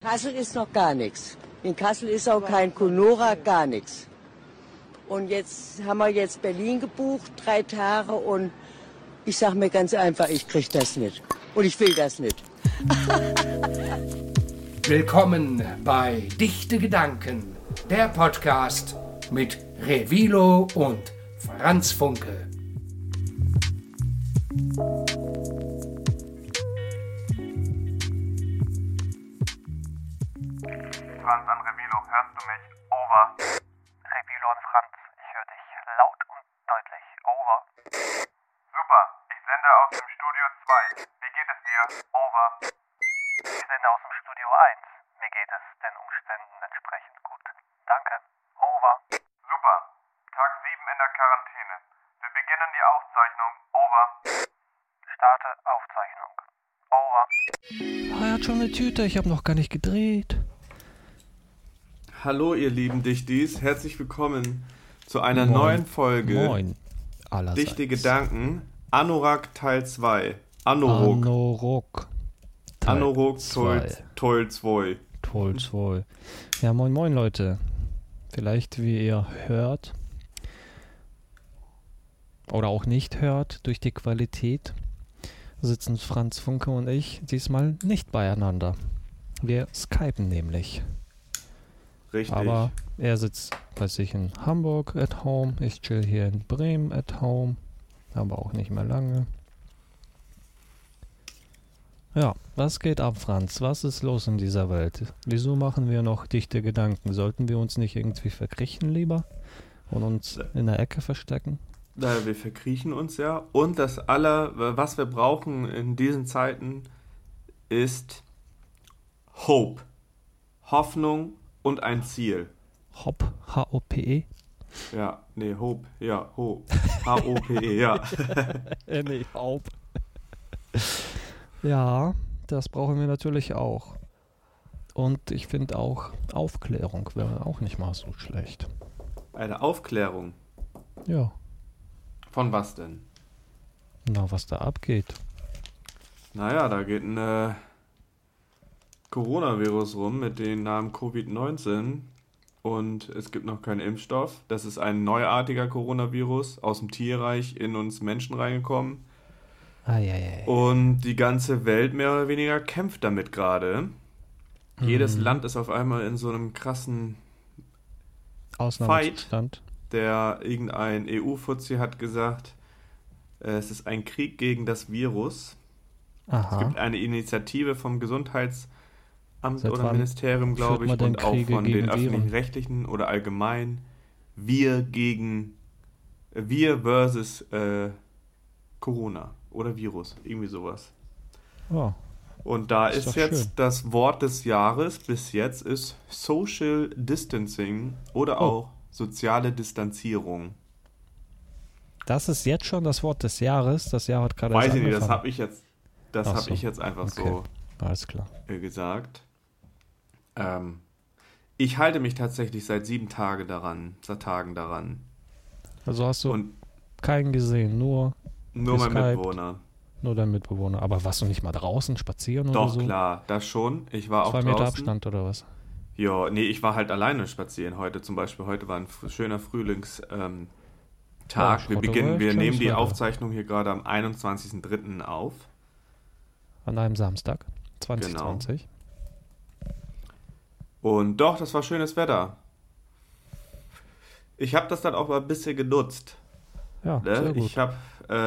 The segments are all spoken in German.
Kassel ist noch gar nichts. In Kassel ist auch kein Conora, gar nichts. Und jetzt haben wir jetzt Berlin gebucht, 3 Tage. Und ich sage mir ganz einfach, ich kriege das nicht. Und ich will das nicht. Willkommen bei Dichte Gedanken, der Podcast mit Revilo und Franz Funke. Franz an Revilo, hörst du mich? Over. Revilo an Franz, ich höre dich laut und deutlich. Over. Super, ich sende aus dem Studio 2. Wie geht es dir? Over. Ich sende aus dem Studio 1. Mir geht es den Umständen entsprechend gut. Danke. Over. Super. Tag 7 in der Quarantäne. Wir beginnen die Aufzeichnung. Over. Starte Aufzeichnung. Over. Er hat schon eine Tüte, ich habe noch gar nicht gedreht. Hallo ihr lieben Dichtis, herzlich willkommen zu einer neuen Folge Moin allerseits. Dichte Gedanken, Anorak Teil 2. Anorok Toll 2. Toll 2. Ja, moin moin Leute. Vielleicht, wie ihr hört oder auch nicht hört, durch die Qualität sitzen Franz Funke und ich diesmal nicht beieinander. Wir skypen nämlich. Richtig. Aber er sitzt bei sich in Hamburg at home, ich chill hier in Bremen at home, aber auch nicht mehr lange. Ja, was geht ab, Franz? Was ist los in dieser Welt? Wieso machen wir noch dichte Gedanken? Sollten wir uns nicht irgendwie verkriechen lieber und uns in der Ecke verstecken? Wir verkriechen uns ja. Und was wir brauchen in diesen Zeiten, ist Hope. Hoffnung und ein Ziel. Hop, H-O-P-E? Ja, nee, Hope, ja, H-O-P-E, ja. Nee, Hope. Ja, das brauchen wir natürlich auch. Und ich finde auch, Aufklärung wäre auch nicht mal so schlecht. Eine Aufklärung? Ja. Von was denn? Na, was da abgeht. Naja, da geht ein Coronavirus rum mit dem Namen Covid-19 und es gibt noch keinen Impfstoff. Das ist ein neuartiger Coronavirus aus dem Tierreich in uns Menschen reingekommen. Und die ganze Welt mehr oder weniger kämpft damit gerade. Jedes Land ist auf einmal in so einem krassen Fight. Irgendein EU-Fuzzi hat gesagt, es ist ein Krieg gegen das Virus. Aha. Es gibt eine Initiative vom Gesundheitsamt Seit oder Ministerium, glaube ich, und auch von den Öffentlich-Rechtlichen oder allgemein. Wir versus Corona oder Virus, irgendwie sowas. Oh. Und da ist jetzt schön. Das Wort des Jahres bis jetzt ist Social Distancing oder auch soziale Distanzierung. Das ist jetzt schon das Wort des Jahres. Das Jahr hat gerade Weiß ich angefangen. nicht, das habe ich jetzt einfach so Alles klar. Gesagt. Ich halte mich tatsächlich seit 7 Tagen daran. Also hast du keinen gesehen, nur mein Mitbewohner. Nur dein Mitbewohner. Aber warst du nicht mal draußen spazieren oder so? Doch, klar, das schon. Ich war auch 2 draußen. Meter Abstand oder was? Ja, nee, ich war halt alleine spazieren heute zum Beispiel. Heute war ein schöner Frühlingstag. Wir nehmen die Aufzeichnung hier gerade am 21.03. auf. An einem Samstag, 2020. Genau. Und doch, das war schönes Wetter. Ich habe das dann auch mal ein bisschen genutzt. Ja, ne? sehr gut. Ich habe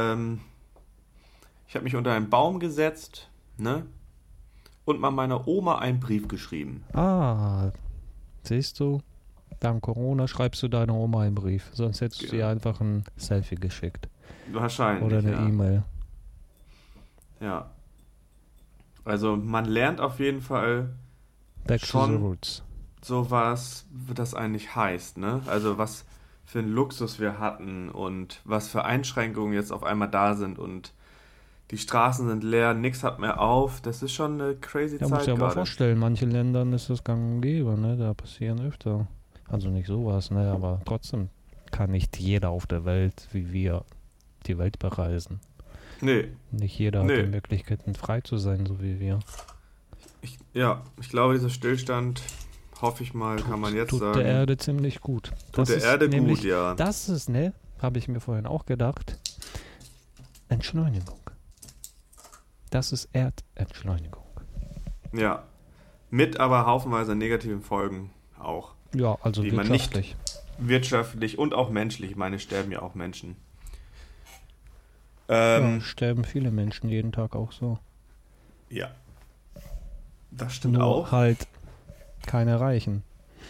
mich unter einen Baum gesetzt, ne? Und mal meiner Oma einen Brief geschrieben. Ah, siehst du? Dank Corona schreibst du deiner Oma einen Brief. Sonst hättest du ihr einfach ein Selfie geschickt. Wahrscheinlich, oder eine E-Mail. Ja. Also man lernt auf jeden Fall Back to the roots. So was das eigentlich heißt, ne? Also was für einen Luxus wir hatten und was für Einschränkungen jetzt auf einmal da sind und die Straßen sind leer, nichts hat mehr auf. Das ist schon eine crazy Zeit gerade. Ja, musst du dir aber vorstellen, in manchen Ländern ist das gang und gäbe, ne? Da passieren öfter. Also nicht sowas, ne? Aber trotzdem kann nicht jeder auf der Welt, wie wir, die Welt bereisen. Nee. Nicht jeder hat die Möglichkeiten, frei zu sein, so wie wir. Ich glaube, dieser Stillstand, hoffe ich mal, kann man jetzt tut sagen. Der Erde ziemlich gut. Tut der Erde nämlich gut, ja. Das ist, habe ich mir vorhin auch gedacht, Entschleunigung. Das ist Erdentschleunigung. Ja, mit aber haufenweise negativen Folgen auch. Ja, also die wirtschaftlich. Man nicht wirtschaftlich und auch menschlich, ich meine, es sterben ja auch Menschen. Sterben viele Menschen jeden Tag auch so. Ja, das stimmt Nur auch. Halt keine Reichen.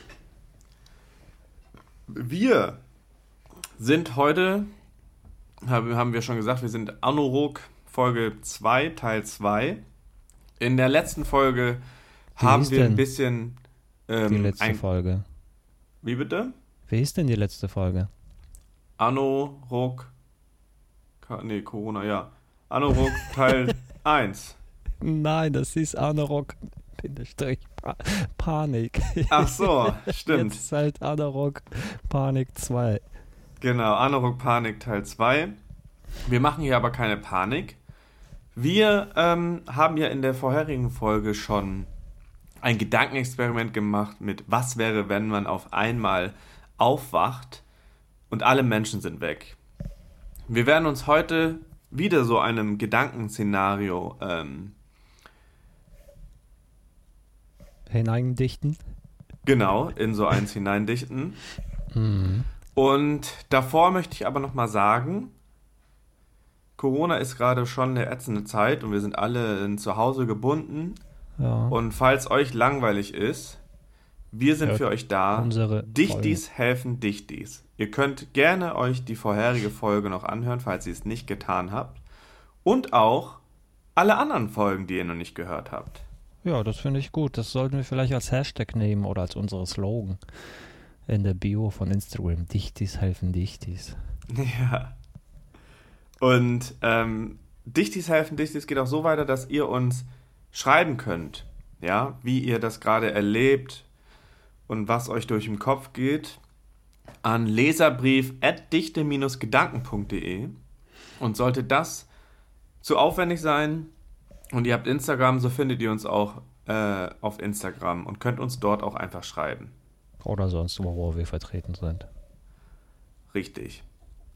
Wir sind heute, haben wir schon gesagt, wir sind Anorok Folge 2, Teil 2. In der letzten Folge haben wir ein bisschen... die letzte Folge. Wie bitte? Wie ist denn die letzte Folge? Anorok... Corona, ja. Anorok Teil 1. Nein, das ist Anorok Panik. Ach so, stimmt. Jetzt ist halt Anorok Panik 2. Genau, Anorok Panik Teil 2. Wir machen hier aber keine Panik. Wir haben ja in der vorherigen Folge schon ein Gedankenexperiment gemacht mit was wäre, wenn man auf einmal aufwacht und alle Menschen sind weg. Wir werden uns heute wieder so einem Gedankenszenario hineindichten. Genau, in so eins hineindichten. Mhm. Und davor möchte ich aber nochmal sagen, Corona ist gerade schon eine ätzende Zeit und wir sind alle zu Hause gebunden. Ja. Und falls euch langweilig ist, wir sind für euch da. Dichtis helfen Dichtis. Ihr könnt gerne euch die vorherige Folge noch anhören, falls ihr es nicht getan habt. Und auch alle anderen Folgen, die ihr noch nicht gehört habt. Ja, das finde ich gut. Das sollten wir vielleicht als Hashtag nehmen oder als unsere Slogan in der Bio von Instagram. Dichtis helfen Dichtis. Ja. Und Dichtis helfen Dichtis geht auch so weiter, dass ihr uns schreiben könnt, ja, wie ihr das gerade erlebt und was euch durch den Kopf geht, an leserbrief@dichte-gedanken.de. Und sollte das zu aufwendig sein und ihr habt Instagram, so findet ihr uns auch auf Instagram und könnt uns dort auch einfach schreiben. Oder sonst wo wir vertreten sind. Richtig.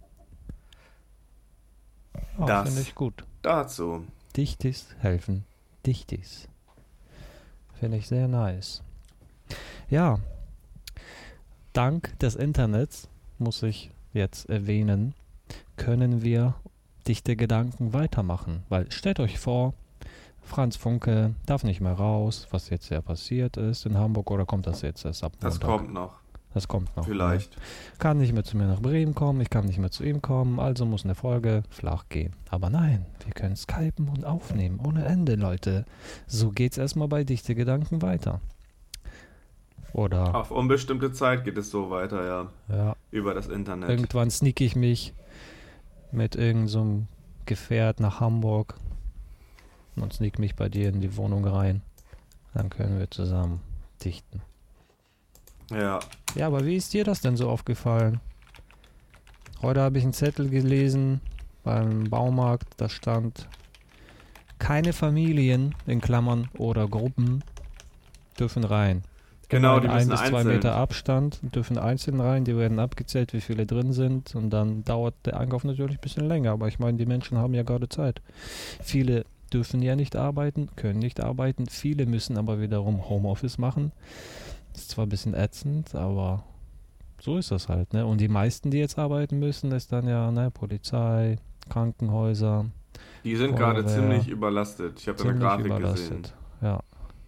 Oh, das finde ich gut. Dazu. Dichtis helfen Dichtis. Finde ich sehr nice. Ja, dank des Internets, muss ich jetzt erwähnen, können wir dichte Gedanken weitermachen. Weil stellt euch vor, Franz Funke darf nicht mehr raus, was jetzt ja passiert ist in Hamburg, oder kommt das jetzt erst ab Montag? Das kommt noch. Das kommt noch. Vielleicht. Ne? Kann nicht mehr zu mir nach Bremen kommen, ich kann nicht mehr zu ihm kommen, also muss eine Folge flach gehen. Aber nein, wir können skypen und aufnehmen, ohne Ende, Leute. So geht's erstmal bei Dichte Gedanken weiter. Oder? Auf unbestimmte Zeit geht es so weiter, ja. Ja. Über das Internet. Irgendwann sneak ich mich mit irgend so einem Gefährt nach Hamburg und sneak mich bei dir in die Wohnung rein. Dann können wir zusammen dichten. Ja. Ja, aber wie ist dir das denn so aufgefallen? Heute habe ich einen Zettel gelesen beim Baumarkt, da stand: Keine Familien, in Klammern, oder Gruppen dürfen rein. Genau, die müssen müssen 1 bis 2 einzeln. Meter Abstand, dürfen einzeln rein, die werden abgezählt, wie viele drin sind, und dann dauert der Einkauf natürlich ein bisschen länger, aber ich meine, die Menschen haben ja gerade Zeit. Viele dürfen ja nicht arbeiten, können nicht arbeiten, viele müssen aber wiederum Homeoffice machen. Ist zwar ein bisschen ätzend, aber so ist das halt, ne? Und die meisten, die jetzt arbeiten müssen, ist dann ja, ne, Polizei, Krankenhäuser. Die sind gerade ziemlich überlastet. Ich habe da eine Grafik gesehen. Ja.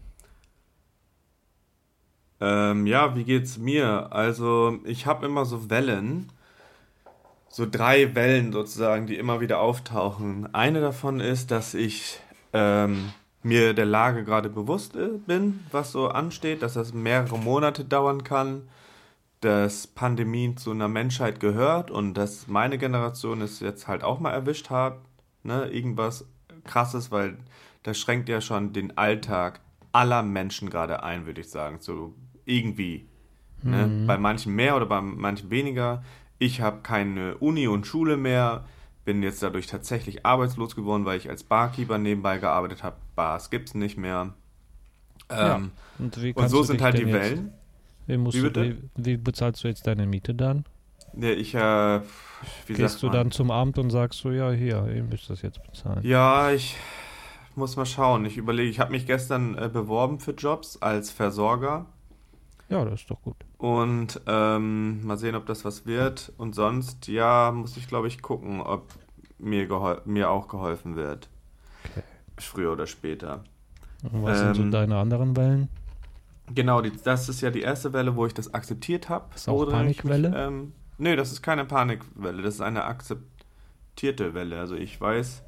Ja, wie geht's mir? Also, ich habe immer so Wellen, so 3 Wellen sozusagen, die immer wieder auftauchen. Eine davon ist, dass ich mir der Lage gerade bewusst bin, was so ansteht, dass das mehrere Monate dauern kann, dass Pandemie zu einer Menschheit gehört und dass meine Generation es jetzt halt auch mal erwischt hat, ne, irgendwas Krasses, weil das schränkt ja schon den Alltag aller Menschen gerade ein, würde ich sagen, so irgendwie. Ne? Bei manchen mehr oder bei manchen weniger. Ich habe keine Uni und Schule mehr, bin jetzt dadurch tatsächlich arbeitslos geworden, weil ich als Barkeeper nebenbei gearbeitet habe. Bars gibt's nicht mehr. Und und so sind halt die Wellen. Wie bezahlst du jetzt deine Miete dann? Ja, Gehst du dann zum Amt und sagst so, ja, hier, ihr müsst das jetzt bezahlen? Ja, ich muss mal schauen. Ich überlege, ich habe mich gestern beworben für Jobs als Versorger. Ja, das ist doch gut. Und mal sehen, ob das was wird. Und sonst, ja, muss ich, glaube ich, gucken, ob mir auch geholfen wird. Okay. Früher oder später. Und was sind so deine anderen Wellen? Genau, das ist ja die erste Welle, wo ich das akzeptiert habe. Ist auch Panikwelle? Nee, das ist keine Panikwelle. Das ist eine akzeptierte Welle. Also ich weiß,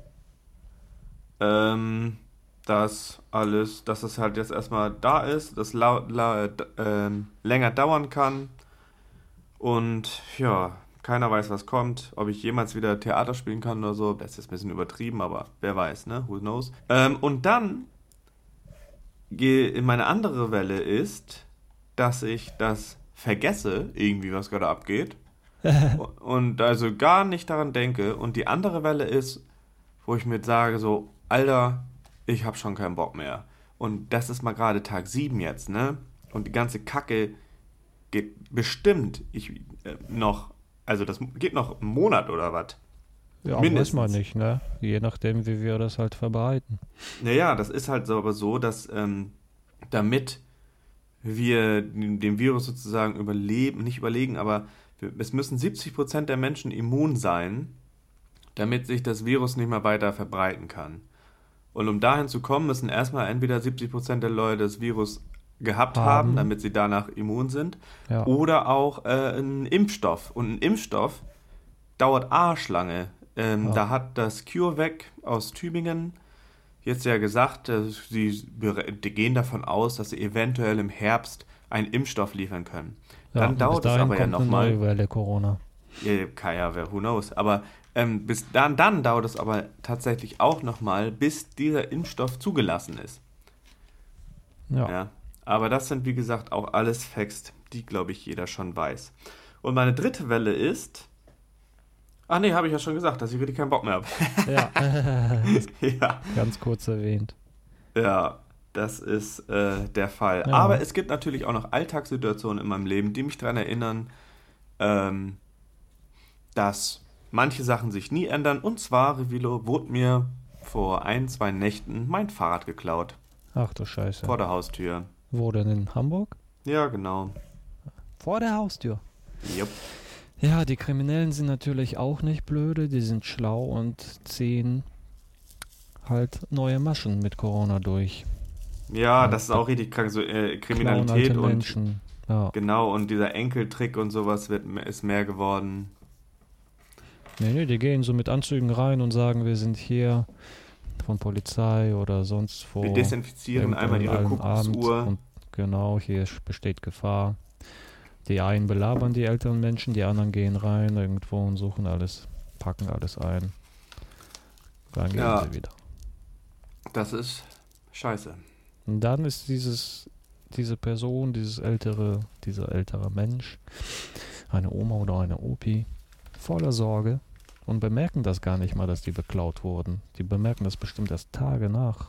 dass es halt jetzt erstmal da ist, dass länger dauern kann und ja, keiner weiß, was kommt, ob ich jemals wieder Theater spielen kann oder so, das ist jetzt ein bisschen übertrieben, aber wer weiß, ne, who knows. Und dann meine andere Welle ist, dass ich das vergesse, irgendwie, was gerade abgeht und also gar nicht daran denke und die andere Welle ist, wo ich mir sage so, Alter, ich hab schon keinen Bock mehr. Und das ist mal gerade Tag 7 jetzt, ne? Und die ganze Kacke geht bestimmt also das geht noch einen Monat oder was. Ja, weiß man nicht, ne? Je nachdem, wie wir das halt verbreiten. Naja, das ist halt so, aber so, dass damit wir dem Virus sozusagen aber es müssen 70% der Menschen immun sein, damit sich das Virus nicht mehr weiter verbreiten kann. Und um dahin zu kommen, müssen erstmal entweder 70% der Leute das Virus gehabt haben, damit sie danach immun sind, oder auch ein Impfstoff. Und ein Impfstoff dauert arschlange. Da hat das CureVac aus Tübingen jetzt ja gesagt, die gehen davon aus, dass sie eventuell im Herbst einen Impfstoff liefern können. Dann dauert es aber ja nochmal. Corona. Ja, who knows. Aber bis dann dauert es aber tatsächlich auch nochmal, bis dieser Impfstoff zugelassen ist. Ja. Aber das sind, wie gesagt, auch alles Facts, die, glaube ich, jeder schon weiß. Und meine dritte Welle ist... Ach nee, habe ich ja schon gesagt, dass ich wirklich keinen Bock mehr habe. Ja. Ja. Ganz kurz erwähnt. Ja, das ist der Fall. Ja. Aber es gibt natürlich auch noch Alltagssituationen in meinem Leben, die mich daran erinnern, dass manche Sachen sich nie ändern. Und zwar, Revilo, wurde mir vor 1-2 Nächten mein Fahrrad geklaut. Ach du Scheiße. Vor der Haustür. Wo denn, in Hamburg? Ja, genau. Vor der Haustür? Jupp. Ja, die Kriminellen sind natürlich auch nicht blöde. Die sind schlau und ziehen halt neue Maschen mit Corona durch. Ja, das ist auch richtig krank. So Kriminalität und Menschen. Ja. Genau, und dieser Enkeltrick und sowas ist mehr geworden. Nee, die gehen so mit Anzügen rein und sagen, wir sind hier von Polizei oder sonst wo. Wir desinfizieren einmal ihre Kuckucksuhr. Und genau, hier besteht Gefahr. Die einen belabern die älteren Menschen, die anderen gehen rein irgendwo und suchen alles, packen alles ein. Dann gehen sie wieder. Das ist scheiße. Und dann ist diese Person, dieser ältere Mensch, eine Oma oder eine Opi, voller Sorge und bemerken das gar nicht mal, dass die beklaut wurden. Die bemerken das bestimmt erst Tage nach,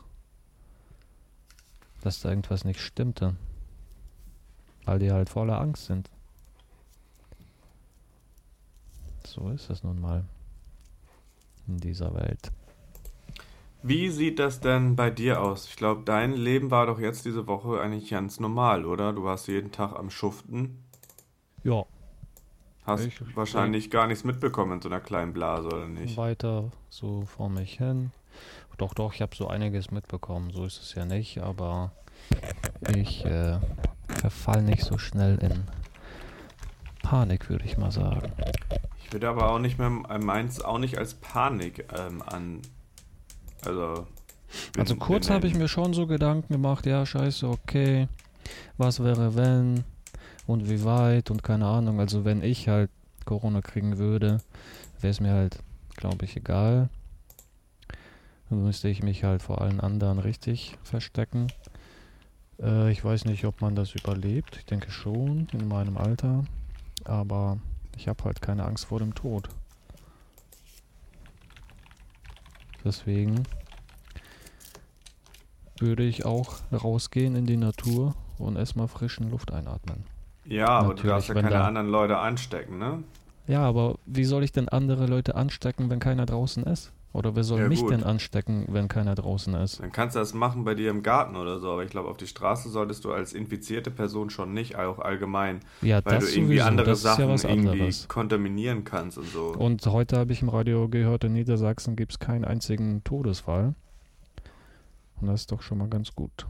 dass da irgendwas nicht stimmte. Weil die halt voller Angst sind. So ist es nun mal in dieser Welt. Wie sieht das denn bei dir aus? Ich glaube, dein Leben war doch jetzt diese Woche eigentlich ganz normal, oder? Du warst jeden Tag am Schuften. Ja. Hast wahrscheinlich gar nichts mitbekommen in so einer kleinen Blase, oder nicht? Weiter so vor mich hin. Doch, ich habe so einiges mitbekommen. So ist es ja nicht, aber ich verfall nicht so schnell in Panik, würde ich mal sagen. Ich würde aber auch nicht mehr meins auch nicht als Panik Also kurz habe ich mir schon so Gedanken gemacht, ja scheiße, okay, was wäre wenn und wie weit und keine Ahnung. Also wenn ich halt Corona kriegen würde, wäre es mir halt, glaube ich, egal. Dann müsste ich mich halt vor allen anderen richtig verstecken. Ich weiß nicht, ob man das überlebt. Ich denke schon, in meinem Alter. Aber ich habe halt keine Angst vor dem Tod. Deswegen würde ich auch rausgehen in die Natur und erstmal frischen Luft einatmen. Ja, aber Natürlich, du darfst ja keine anderen Leute anstecken, ne? Ja, aber wie soll ich denn andere Leute anstecken, wenn keiner draußen ist? Oder wer soll mich denn anstecken, wenn keiner draußen ist? Dann kannst du das machen bei dir im Garten oder so, aber ich glaube, auf die Straße solltest du als infizierte Person schon nicht, auch allgemein. Ja, weil das du irgendwie sowieso, andere das ist ja Sachen was irgendwie anderes. kontaminieren kannst und so. Und heute habe ich im Radio gehört, in Niedersachsen gibt es keinen einzigen Todesfall. Und das ist doch schon mal ganz gut.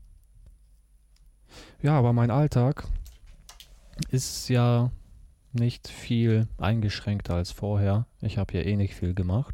Ja, aber mein Alltag ist ja nicht viel eingeschränkter als vorher. Ich habe ja eh nicht viel gemacht.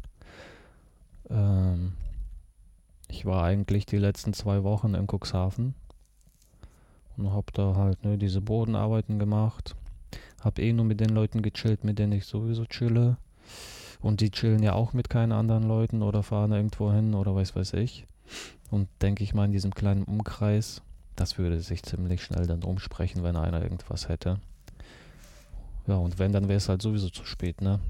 Ich war eigentlich die letzten 2 Wochen in Cuxhaven und habe da halt diese Bodenarbeiten gemacht. Habe eh nur mit den Leuten gechillt, mit denen ich sowieso chille. Und die chillen ja auch mit keinen anderen Leuten oder fahren irgendwo hin oder weiß ich. Und denke ich mal, in diesem kleinen Umkreis, das würde sich ziemlich schnell dann umsprechen, wenn einer irgendwas hätte. Ja, und wenn, dann wäre es halt sowieso zu spät, ne?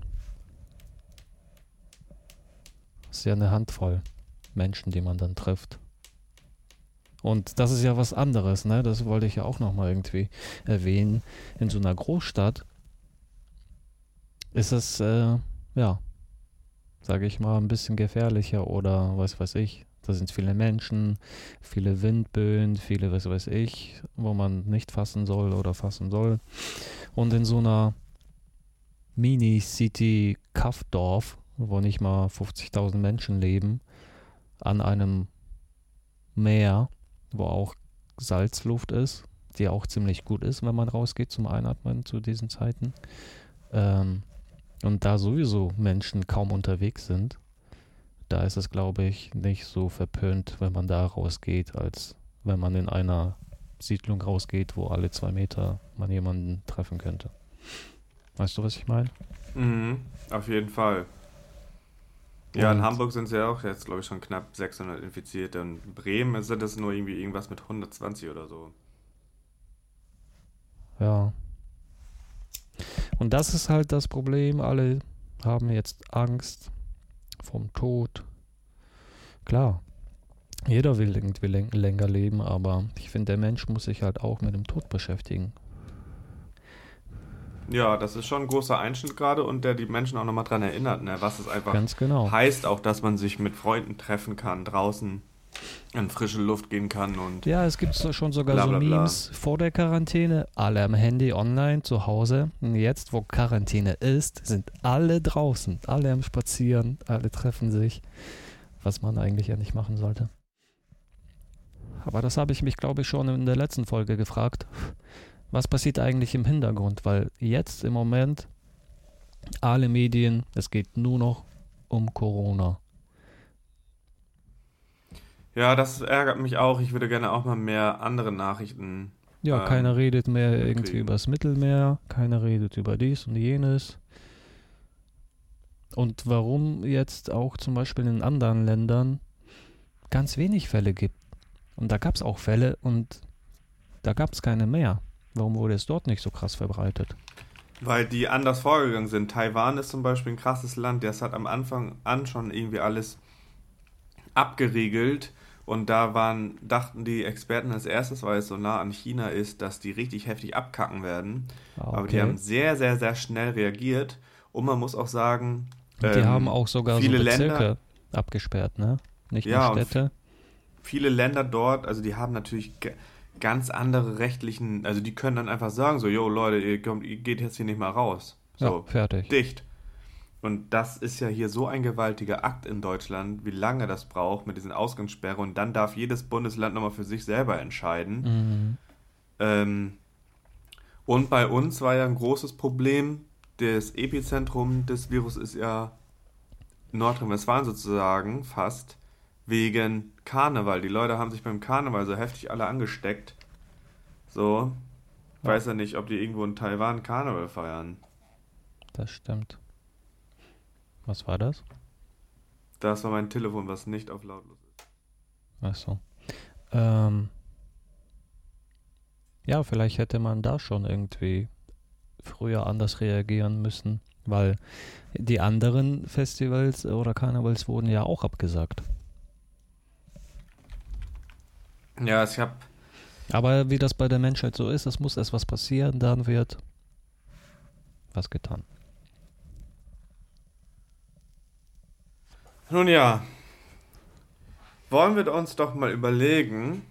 Ist ja eine Handvoll Menschen, die man dann trifft. Und das ist ja was anderes, ne? Das wollte ich ja auch nochmal irgendwie erwähnen. In so einer Großstadt ist es, ja, sage ich mal, ein bisschen gefährlicher oder was weiß ich. Da sind viele Menschen, viele Windböen, viele was weiß ich, wo man nicht fassen soll oder fassen soll. Und in so einer Mini-City Kaffdorf, wo nicht mal 50.000 Menschen leben, an einem Meer, wo auch Salzluft ist, die auch ziemlich gut ist, wenn man rausgeht zum Einatmen zu diesen Zeiten. Und da sowieso Menschen kaum unterwegs sind, da ist es, glaube ich, nicht so verpönt, wenn man da rausgeht, als wenn man in einer Siedlung rausgeht, wo alle 2 Meter man jemanden treffen könnte. Weißt du, was ich meine? Mhm, auf jeden Fall. Ja, in Hamburg sind es ja auch jetzt, glaube ich, schon knapp 600 Infizierte. Und in Bremen sind es nur irgendwie irgendwas mit 120 oder so. Ja. Und das ist halt das Problem. Alle haben jetzt Angst vom Tod. Klar, jeder will irgendwie länger leben, aber ich finde, der Mensch muss sich halt auch mit dem Tod beschäftigen. Ja, das ist schon ein großer Einschnitt gerade und der die Menschen auch nochmal dran erinnert, ne, was es einfach Ganz genau heißt, auch dass man sich mit Freunden treffen kann, draußen in frische Luft gehen kann und ja, es gibt schon sogar bla, bla, so bla. Memes vor der Quarantäne, alle am Handy online zu Hause. Und jetzt, wo Quarantäne ist, sind alle draußen, alle am Spazieren, alle treffen sich, was man eigentlich ja nicht machen sollte. Aber das habe ich mich, glaube ich, schon in der letzten Folge gefragt. Was passiert eigentlich im Hintergrund? Weil jetzt im Moment alle Medien, es geht nur noch um Corona. Ja, das ärgert mich auch. Ich würde gerne auch mal mehr andere Nachrichten. Ja, keiner redet mehr irgendwie kriegen. über das Mittelmeer, keiner redet über dies und jenes. Und warum jetzt auch zum Beispiel in anderen Ländern ganz wenig Fälle gibt. Und da gab es auch Fälle und da gab es keine mehr. Warum wurde es dort nicht so krass verbreitet? Weil die anders vorgegangen sind. Taiwan ist zum Beispiel ein krasses Land. Das hat am Anfang an schon irgendwie alles abgeriegelt. Und da dachten die Experten als erstes, weil es so nah an China ist, dass die richtig heftig abkacken werden. Okay. Aber die haben sehr, sehr, sehr schnell reagiert. Und man muss auch sagen, die haben auch sogar viele so Bezirke Länder abgesperrt, ne? Nicht Ja, nur Städte. Viele Länder dort, also die haben natürlich ganz andere rechtlichen, also die können dann einfach sagen so, yo Leute, ihr geht jetzt hier nicht mal raus. So, ja, fertig. Dicht. Und das ist ja hier so ein gewaltiger Akt in Deutschland, wie lange das braucht mit diesen Ausgangssperren. Und dann darf jedes Bundesland nochmal für sich selber entscheiden. Und bei uns war ja ein großes Problem, das Epizentrum des Virus ist ja Nordrhein-Westfalen sozusagen fast, wegen Karneval. Die Leute haben sich beim Karneval so heftig alle angesteckt. So. Ich weiß ja nicht, ob die irgendwo in Taiwan Karneval feiern. Das stimmt. Was war das? Das war mein Telefon, was nicht auf lautlos ist. Ach so. Ja, vielleicht hätte man da schon irgendwie früher anders reagieren müssen, weil die anderen Festivals oder Karnevals wurden ja auch abgesagt. Ja, ich habe... Aber wie das bei der Menschheit so ist, es muss erst was passieren, dann wird was getan. Nun ja, wollen wir uns doch mal überlegen,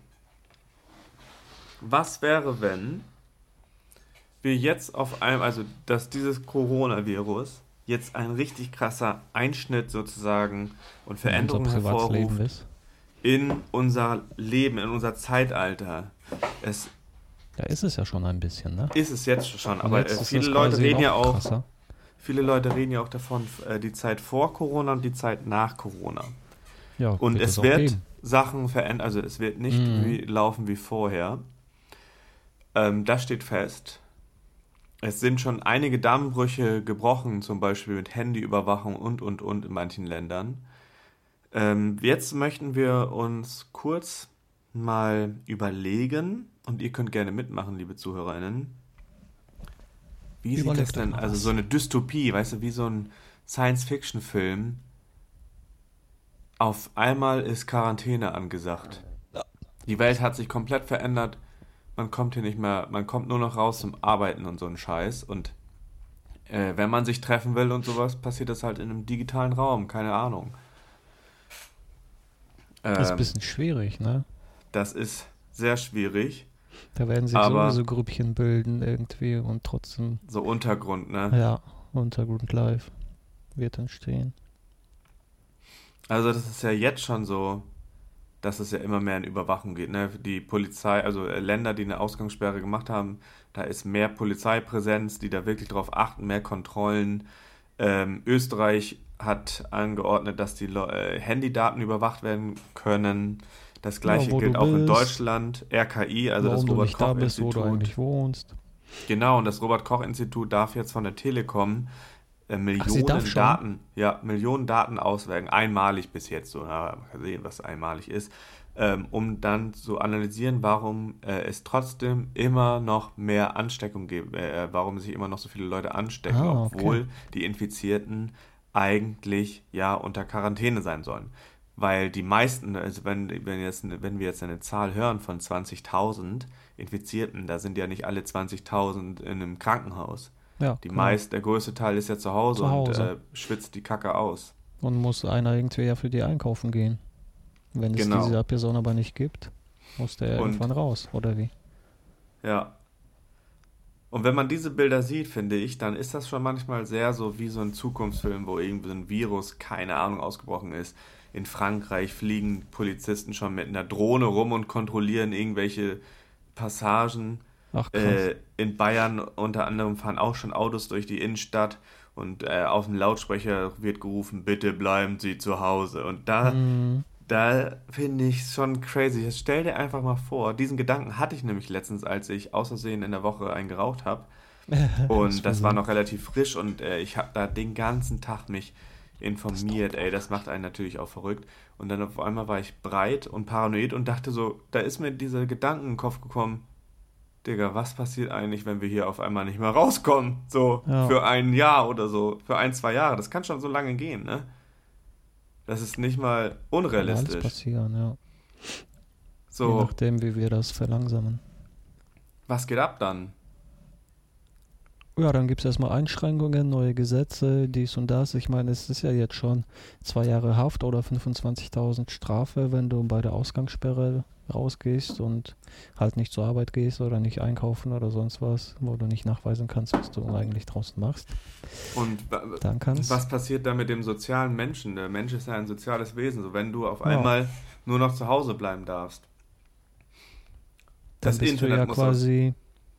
was wäre, wenn wir jetzt auf einmal, also dass dieses Coronavirus jetzt ein richtig krasser Einschnitt sozusagen und Veränderung hervorruft in unser Leben, in unser Zeitalter. Ja, ist es ja schon ein bisschen, ne? Ist es jetzt schon, aber viele Leute reden ja auch davon, die Zeit vor Corona und die Zeit nach Corona. Ja, und es wird Sachen verändern, also es wird nicht laufen wie vorher. Das steht fest. Es sind schon einige Dammbrüche gebrochen, zum Beispiel mit Handyüberwachung und in manchen Ländern. Jetzt möchten wir uns kurz mal überlegen, und ihr könnt gerne mitmachen, liebe ZuhörerInnen, wie sieht das denn, also so eine Dystopie, weißt du, wie so ein Science-Fiction-Film, auf einmal ist Quarantäne angesagt. Die Welt hat sich komplett verändert, man kommt hier nicht mehr, man kommt nur noch raus zum Arbeiten und so einen Scheiß, und wenn man sich treffen will und sowas, passiert das halt in einem digitalen Raum, keine Ahnung. Das ist ein bisschen schwierig, ne? Das ist sehr schwierig. Da werden sich sowieso Grüppchen bilden irgendwie und trotzdem... So Untergrund, ne? Ja, Untergrund live wird entstehen. Also das ist ja jetzt schon so, dass es ja immer mehr in Überwachung geht, ne? Die Polizei, also Länder, die eine Ausgangssperre gemacht haben, da ist mehr Polizeipräsenz, die da wirklich drauf achten, mehr Kontrollen. Österreich hat angeordnet, dass die Handydaten überwacht werden können. Das gleiche gilt auch in Deutschland. RKI, also das Robert-Koch-Institut. Wo du eigentlich wohnst. Genau, und das Robert-Koch-Institut darf jetzt von der Telekom Millionen Daten auswerten, einmalig bis jetzt, so, man kann sehen, was einmalig ist, um dann zu analysieren, warum es trotzdem immer noch mehr Ansteckung gibt, warum sich immer noch so viele Leute anstecken, obwohl die Infizierten eigentlich ja unter Quarantäne sein sollen. Weil die meisten, also wenn wir jetzt eine Zahl hören von 20.000 Infizierten, da sind ja nicht alle 20.000 in einem Krankenhaus. Ja, der größte Teil ist ja zu Hause. Und schwitzt die Kacke aus. Und muss einer irgendwie ja für die einkaufen gehen. Wenn es diese Person aber nicht gibt, muss der irgendwann raus, oder wie? Ja. Und wenn man diese Bilder sieht, finde ich, dann ist das schon manchmal sehr so wie so ein Zukunftsfilm, wo irgendwie so ein Virus, keine Ahnung, ausgebrochen ist. In Frankreich fliegen Polizisten schon mit einer Drohne rum und kontrollieren irgendwelche Passagen. Ach, krass. In Bayern unter anderem fahren auch schon Autos durch die Innenstadt und auf dem Lautsprecher wird gerufen, bitte bleiben Sie zu Hause. Und da finde ich es schon crazy. Jetzt stell dir einfach mal vor, diesen Gedanken hatte ich nämlich letztens, als ich aus Versehen in der Woche einen geraucht habe. Und das war noch relativ frisch und ich habe da den ganzen Tag mich informiert. Das macht einen natürlich auch verrückt. Und dann auf einmal war ich breit und paranoid und dachte so, da ist mir dieser Gedanke in den Kopf gekommen, Digga, was passiert eigentlich, wenn wir hier auf einmal nicht mehr rauskommen? So, für ein Jahr oder so, für 1-2 Jahre. Das kann schon so lange gehen, ne? Das ist nicht mal unrealistisch. Kann alles passieren, ja. So. Je nachdem, wie wir das verlangsamen. Was geht ab dann? Ja, dann gibt es erstmal Einschränkungen, neue Gesetze, dies und das. Ich meine, es ist ja jetzt schon 2 Jahre Haft oder 25.000 Strafe, wenn du bei der Ausgangssperre rausgehst und halt nicht zur Arbeit gehst oder nicht einkaufen oder sonst was, wo du nicht nachweisen kannst, was du eigentlich draußen machst. Und was passiert da mit dem sozialen Menschen? Der Mensch ist ja ein soziales Wesen. So, wenn du auf einmal nur noch zu Hause bleiben darfst. Das bist Internet du ja quasi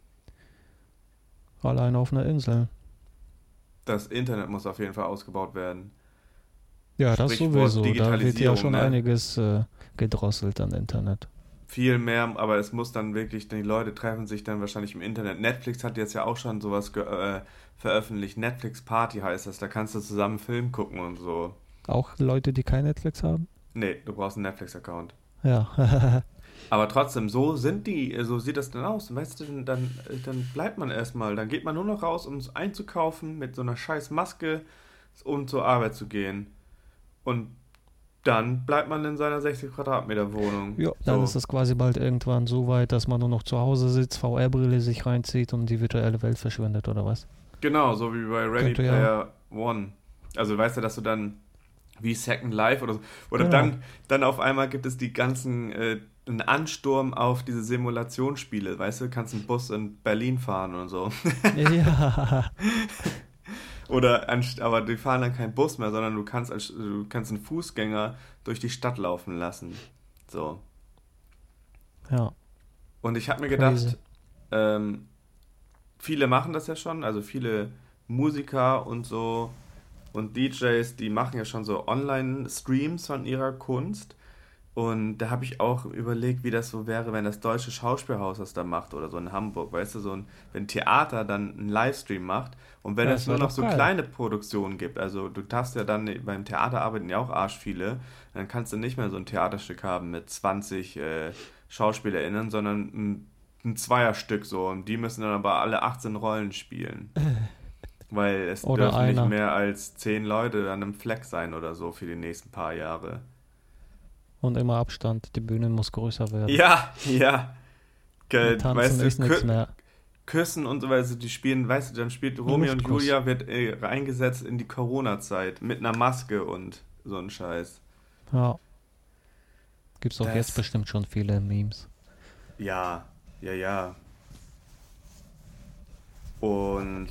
allein auf einer Insel. Das Internet muss auf jeden Fall ausgebaut werden. Ja, das sowieso. Da wird ja schon einiges gedrosselt an Internet. Viel mehr, aber es muss dann wirklich, die Leute treffen sich dann wahrscheinlich im Internet. Netflix hat jetzt ja auch schon sowas veröffentlicht. Netflix Party heißt das, da kannst du zusammen Film gucken und so. Auch Leute, die kein Netflix haben? Nee, du brauchst einen Netflix-Account. Ja. Aber trotzdem, so sieht das dann aus. Weißt du, dann bleibt man erstmal, dann geht man nur noch raus, um es einzukaufen, mit so einer scheiß Maske, um zur Arbeit zu gehen. Und dann bleibt man in seiner 60 Quadratmeter Wohnung. Ja, dann ist es quasi bald irgendwann so weit, dass man nur noch zu Hause sitzt, VR-Brille sich reinzieht und die virtuelle Welt verschwindet, oder was? Genau, so wie bei Ready Player One. Also weißt du, dass du dann wie Second Life oder so, oder genau. dann auf einmal gibt es die ganzen, einen Ansturm auf diese Simulationsspiele, weißt du, kannst einen Bus in Berlin fahren und so. Ja. Aber die fahren dann keinen Bus mehr, sondern du kannst einen Fußgänger durch die Stadt laufen lassen. So. Ja. Und ich habe mir gedacht, viele machen das ja schon, also viele Musiker und so und DJs, die machen ja schon so Online-Streams von ihrer Kunst. Und da habe ich auch überlegt, wie das so wäre, wenn das Deutsche Schauspielhaus das da macht oder so in Hamburg, weißt du, wenn Theater dann einen Livestream macht und wenn es nur noch so kleine Produktionen gibt, also du darfst ja dann, beim Theater arbeiten ja auch arsch viele, dann kannst du nicht mehr so ein Theaterstück haben mit 20 SchauspielerInnen, sondern ein Zweierstück so und die müssen dann aber alle 18 Rollen spielen. Weil es dürfen nicht mehr als 10 Leute an einem Fleck sein oder so für die nächsten paar Jahre. Und immer Abstand, die Bühne muss größer werden. Ja. Weißt du, ist nichts mehr. Küssen und so, weißt du, die spielen, weißt du, dann spielt Romeo und Julia, wird reingesetzt in die Corona-Zeit mit einer Maske und so ein Scheiß. Ja. Gibt's auch jetzt bestimmt schon viele Memes. Ja. Und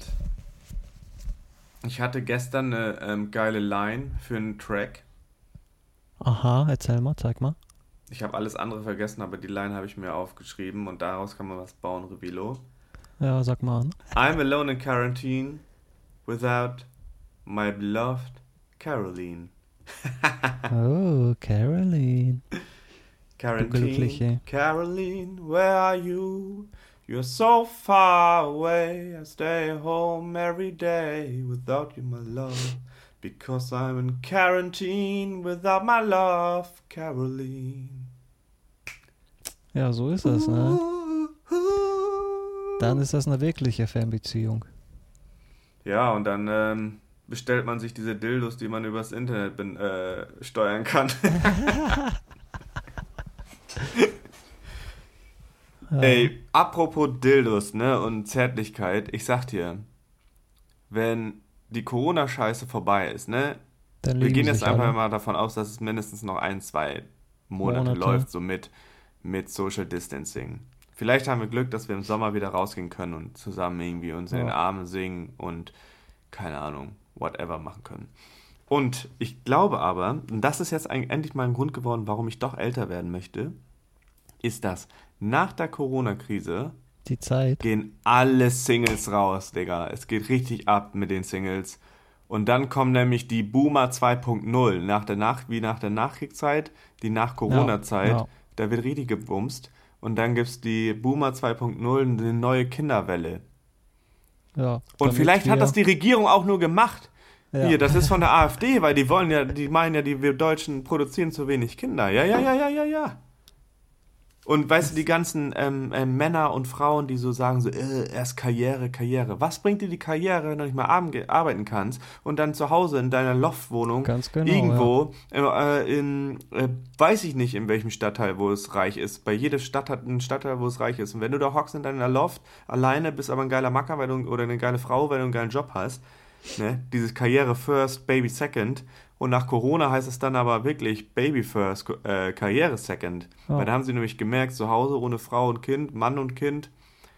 ich hatte gestern eine geile Line für einen Track. Aha, erzähl mal, zeig mal. Ich habe alles andere vergessen, aber die Line habe ich mir aufgeschrieben und daraus kann man was bauen, Revilo. Ja, sag mal an. I'm alone in quarantine without my beloved Caroline. Oh, Caroline. Quarantine, Caroline, where are you? You're so far away. I stay home every day without you, my love. Because I'm in quarantine without my love, Caroline. Ja, so ist das, ne? Dann ist das eine wirkliche Fernbeziehung. Ja, und dann bestellt man sich diese Dildos, die man übers Internet steuern kann. Ja. Ey, apropos Dildos, ne, und Zärtlichkeit, ich sag dir, wenn die Corona-Scheiße vorbei ist, ne? Wir gehen jetzt einfach mal davon aus, dass es mindestens noch 1-2 Monate läuft, so mit Social Distancing. Vielleicht haben wir Glück, dass wir im Sommer wieder rausgehen können und zusammen irgendwie uns in den Armen singen und, keine Ahnung, whatever machen können. Und ich glaube aber, und das ist jetzt endlich mal ein Grund geworden, warum ich doch älter werden möchte, ist, dass nach der Corona-Krise die Zeit gehen alle Singles raus, Digga. Es geht richtig ab mit den Singles. Und dann kommen nämlich die Boomer 2.0, nach der Nachkriegszeit, die Nach-Corona-Zeit, ja. Da wird richtig gebumst. Und dann gibt's die Boomer 2.0, eine neue Kinderwelle. Ja. Und vielleicht hat das die Regierung auch nur gemacht. Ja. Hier, das ist von der AfD, weil die meinen ja, wir Deutschen produzieren zu wenig Kinder. Ja. Und weißt du, die ganzen Männer und Frauen, die so sagen, so erst Karriere. Was bringt dir die Karriere, wenn du nicht mal arbeiten kannst und dann zu Hause in deiner Loftwohnung irgendwo weiß ich nicht, in welchem Stadtteil, wo es reich ist. Bei jeder Stadt hat einen Stadtteil, wo es reich ist. Und wenn du da hockst in deiner Loft, alleine, bist aber ein geiler Macker oder eine geile Frau, weil du einen geilen Job hast, ne? Dieses Karriere first, Baby second. Und nach Corona heißt es dann aber wirklich Baby first, Karriere second. Oh. Weil da haben sie nämlich gemerkt, zu Hause ohne Frau und Kind, Mann und Kind,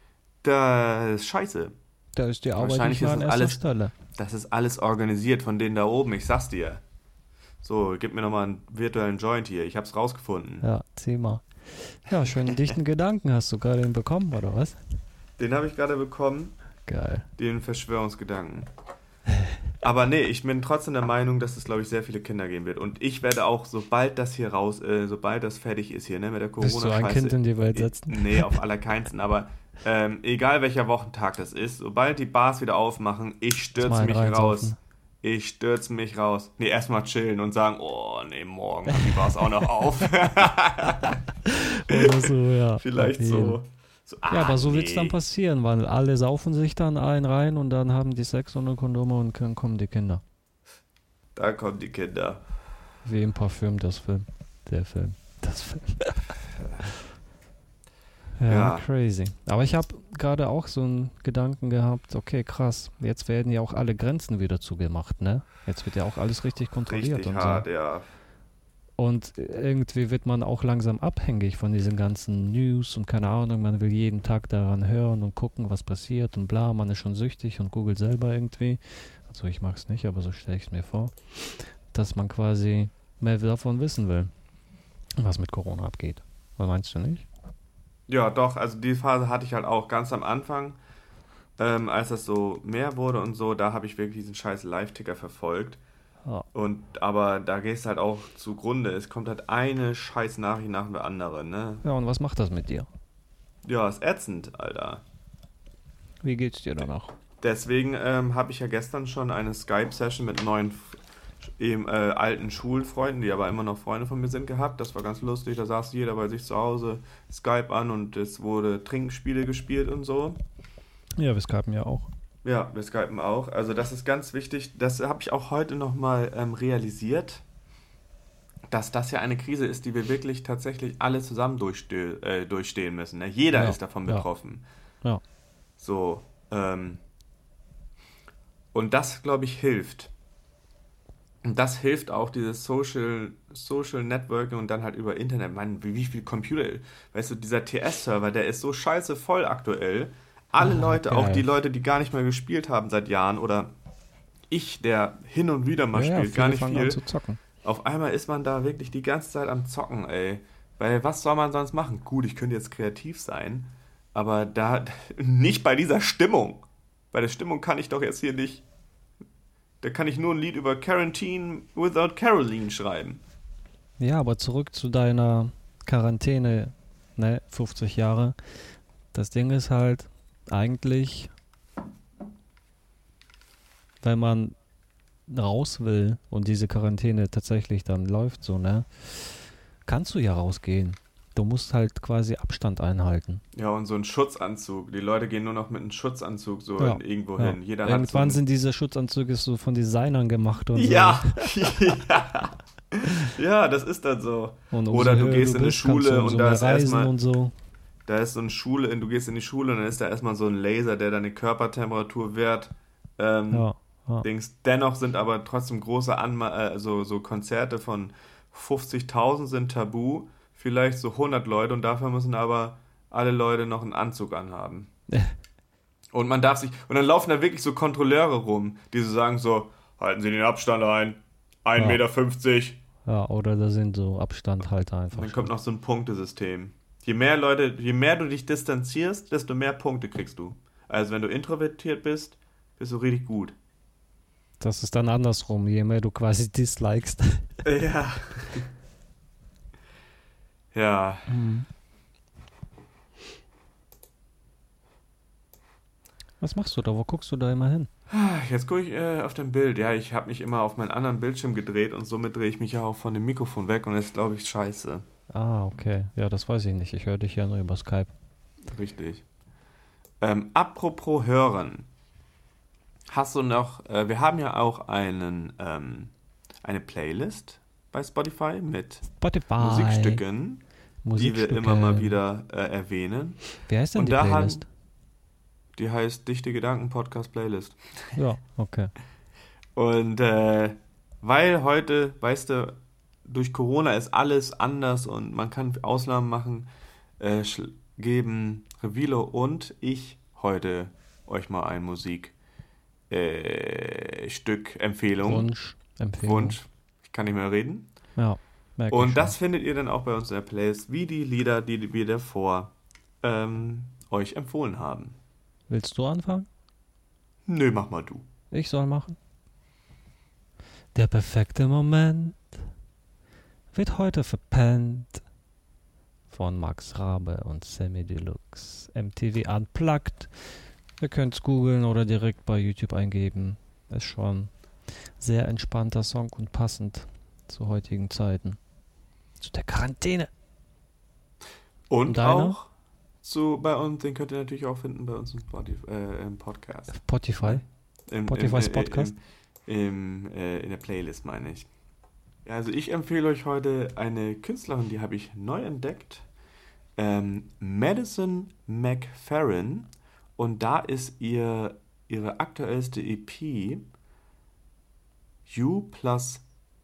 da ist scheiße. Da ist die Arbeit nicht mehr an erster Stelle. Das ist alles organisiert von denen da oben, ich sag's dir. So, gib mir nochmal einen virtuellen Joint hier, ich hab's rausgefunden. Ja, zieh mal. Ja, schönen dichten Gedanken hast du gerade bekommen, oder was? Den habe ich gerade bekommen. Geil. Den Verschwörungsgedanken. Aber nee, ich bin trotzdem der Meinung, dass es, glaube ich, sehr viele Kinder geben wird. Und ich werde auch, sobald das fertig ist hier, ne, mit der Corona-Scheiße... Willst du ein Kind in die Welt setzen? Nee, auf allerkeinsten. Aber egal welcher Wochentag das ist, sobald die Bars wieder aufmachen, ich stürze mich raus. Ich stürze mich raus. Nee, erstmal chillen und sagen, oh nee, morgen haben die Bars auch noch auf. Oder so, ja. Vielleicht so. Ja, aber so wird es dann passieren, weil alle saufen sich dann einen rein und dann haben die Sex ohne Kondome und dann kommen die Kinder. Da kommen die Kinder. Wie im Parfüm, das Film. Der Film. Das Film. Ja, crazy. Aber ich habe gerade auch so einen Gedanken gehabt, okay, krass, jetzt werden ja auch alle Grenzen wieder zugemacht, ne? Jetzt wird ja auch alles richtig kontrolliert richtig und hart, so. ja. Und irgendwie wird man auch langsam abhängig von diesen ganzen News und keine Ahnung, man will jeden Tag daran hören und gucken, was passiert und bla, man ist schon süchtig und googelt selber irgendwie. Also ich mag es nicht, aber so stelle ich es mir vor, dass man quasi mehr davon wissen will, was mit Corona abgeht. Was meinst du nicht? Ja, doch, also die Phase hatte ich halt auch ganz am Anfang, als das so mehr wurde und so, da habe ich wirklich diesen scheiß Live-Ticker verfolgt. Ja. Aber da gehst du halt auch zugrunde. Es kommt halt eine scheiß Nachricht nach der anderen, ne? Ja, und was macht das mit dir? Ja, ist ätzend, Alter. Wie geht's dir danach? Deswegen habe ich ja gestern schon eine Skype-Session mit neuen alten Schulfreunden, die aber immer noch Freunde von mir sind, gehabt. Das war ganz lustig. Da saß jeder bei sich zu Hause, Skype an und es wurde Trinkspiele gespielt und so. Ja, wir skypen ja auch. Ja, wir skypen auch. Also das ist ganz wichtig. Das habe ich auch heute nochmal realisiert, dass das ja eine Krise ist, die wir wirklich tatsächlich alle zusammen durchstehen müssen. Ne? Jeder ist davon betroffen. Ja. So. Und das, glaube ich, hilft. Und das hilft auch, dieses Social Networking und dann halt über Internet. Man, wie viel Computer, weißt du, dieser TS-Server, der ist so scheiße voll aktuell. Alle Leute, geil. auch die Leute, die gar nicht mehr gespielt haben seit Jahren oder ich, der hin und wieder mal spielt, gar nicht viel. An zu zocken. Auf einmal ist man da wirklich die ganze Zeit am Zocken, ey. Weil was soll man sonst machen? Gut, ich könnte jetzt kreativ sein, aber da nicht bei dieser Stimmung. Bei der Stimmung kann ich doch jetzt hier nicht. Da kann ich nur ein Lied über Quarantine Without Caroline schreiben. Ja, aber zurück zu deiner Quarantäne, ne, 50 Jahre. Das Ding ist halt, eigentlich, wenn man raus will und diese Quarantäne tatsächlich dann läuft so, ne, kannst du ja rausgehen. Du musst halt quasi Abstand einhalten. Ja, und so ein Schutzanzug. Die Leute gehen nur noch mit einem Schutzanzug so irgendwo hin. Jeder Irgendwann sind diese Schutzanzüge so von Designern gemacht und ja. Ja, das ist dann so. Und oder du gehst in eine Schule und da ist erstmal und so. Da ist so eine Schule, du gehst in die Schule und dann ist da erstmal so ein Laser, der deine Körpertemperatur wert. Dennoch sind aber trotzdem große so Konzerte von 50.000 sind tabu, vielleicht so 100 Leute und dafür müssen aber alle Leute noch einen Anzug anhaben. Und man darf sich, und dann laufen da wirklich so Kontrolleure rum, die so sagen so, halten Sie den Abstand ein, 1,50 Meter. Ja, oder da sind so Abstandhalter einfach. Und dann kommt noch so ein Punktesystem. Je mehr du dich distanzierst, desto mehr Punkte kriegst du. Also wenn du introvertiert bist, bist du richtig gut. Das ist dann andersrum, je mehr du quasi dislikest. Ja. Ja. Was machst du da? Wo guckst du da immer hin? Jetzt gucke ich auf dein Bild. Ja, ich habe mich immer auf meinen anderen Bildschirm gedreht und somit drehe ich mich ja auch von dem Mikrofon weg und das ist, glaube ich, scheiße. Ah, okay. Ja, das weiß ich nicht. Ich höre dich ja nur über Skype. Richtig. Apropos Hören. Hast du noch, wir haben ja auch eine Playlist bei Spotify mit Musikstücken, die wir immer mal wieder erwähnen. Wie heißt denn und die Playlist? Die heißt Dichte Gedanken Podcast Playlist. Ja, okay. Und weil heute, weißt du, durch Corona ist alles anders und man kann Ausnahmen machen, geben Revilo und ich heute euch mal ein Musikstück-Empfehlung. Wunsch. Ich kann nicht mehr reden. Ja, merke ich schon. Und das findet ihr dann auch bei uns in der Playlist, wie die Lieder, die wir davor euch empfohlen haben. Willst du anfangen? Nö, mach mal du. Ich soll machen. Der perfekte Moment wird heute verpennt. Von Max Rabe und Sammy Deluxe. MTV Unplugged. Ihr könnt es googeln oder direkt bei YouTube eingeben. Ist schon sehr entspannter Song und passend zu heutigen Zeiten. Zu der Quarantäne. Und auch bei uns, den könnt ihr natürlich auch finden bei uns im Podcast. Spotify? Spotify's Podcast? In der Playlist, meine ich. Ja, also ich empfehle euch heute eine Künstlerin, die habe ich neu entdeckt. Madison McFerrin. Und da ist ihre aktuellste EP U plus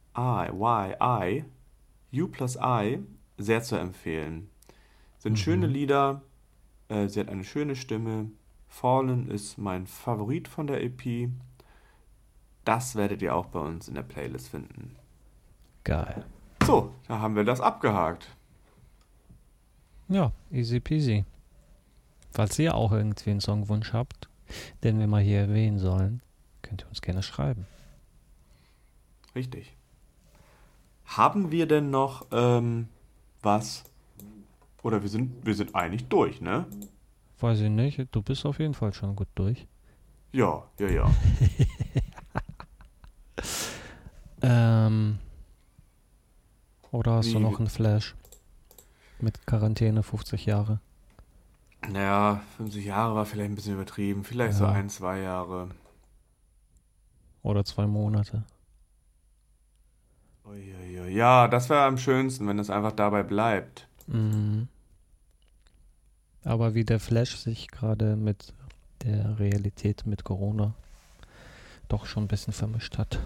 I sehr zu empfehlen. Sind schöne Lieder, sie hat eine schöne Stimme. Fallen ist mein Favorit von der EP. Das werdet ihr auch bei uns in der Playlist finden. Geil. So, da haben wir das abgehakt. Ja, easy peasy. Falls ihr auch irgendwie einen Songwunsch habt, den wir mal hier erwähnen sollen, könnt ihr uns gerne schreiben. Richtig. Haben wir denn noch was? Oder wir sind eigentlich durch, ne? Weiß ich nicht, du bist auf jeden Fall schon gut durch. Ja. Oder hast du noch einen Flash? Mit Quarantäne 50 Jahre. Naja, 50 Jahre war vielleicht ein bisschen übertrieben. Vielleicht so 1-2 Jahre. Oder 2 Monate. Uiuiui. Ja, das wäre am schönsten, wenn es einfach dabei bleibt. Mhm. Aber wie der Flash sich gerade mit der Realität mit Corona doch schon ein bisschen vermischt hat.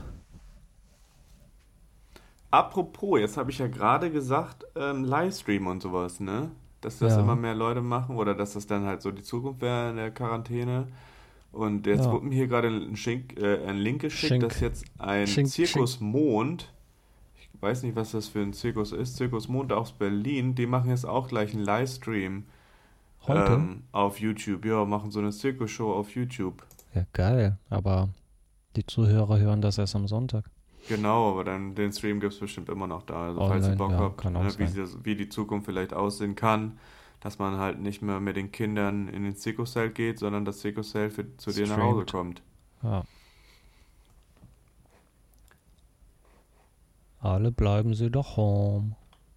Apropos, jetzt habe ich ja gerade gesagt, Livestream und sowas, ne? Dass das immer mehr Leute machen oder dass das dann halt so die Zukunft wäre in der Quarantäne. Und jetzt wurde mir hier gerade ein Link geschickt, dass jetzt ein Zirkus Mond, ich weiß nicht, was das für ein Zirkus ist, Zirkus Mond aus Berlin, die machen jetzt auch gleich einen Livestream auf YouTube. Ja, machen so eine Zirkusshow auf YouTube. Ja, geil, aber die Zuhörer hören das erst am Sonntag. Genau, aber dann den Stream gibt es bestimmt immer noch da. Also online, falls ihr Bock habt, ne, wie die Zukunft vielleicht aussehen kann, dass man halt nicht mehr mit den Kindern in den Zirkuszelt geht, sondern das Zirkuszelt zu dir nach Hause kommt. Ja. Alle bleiben sie doch home.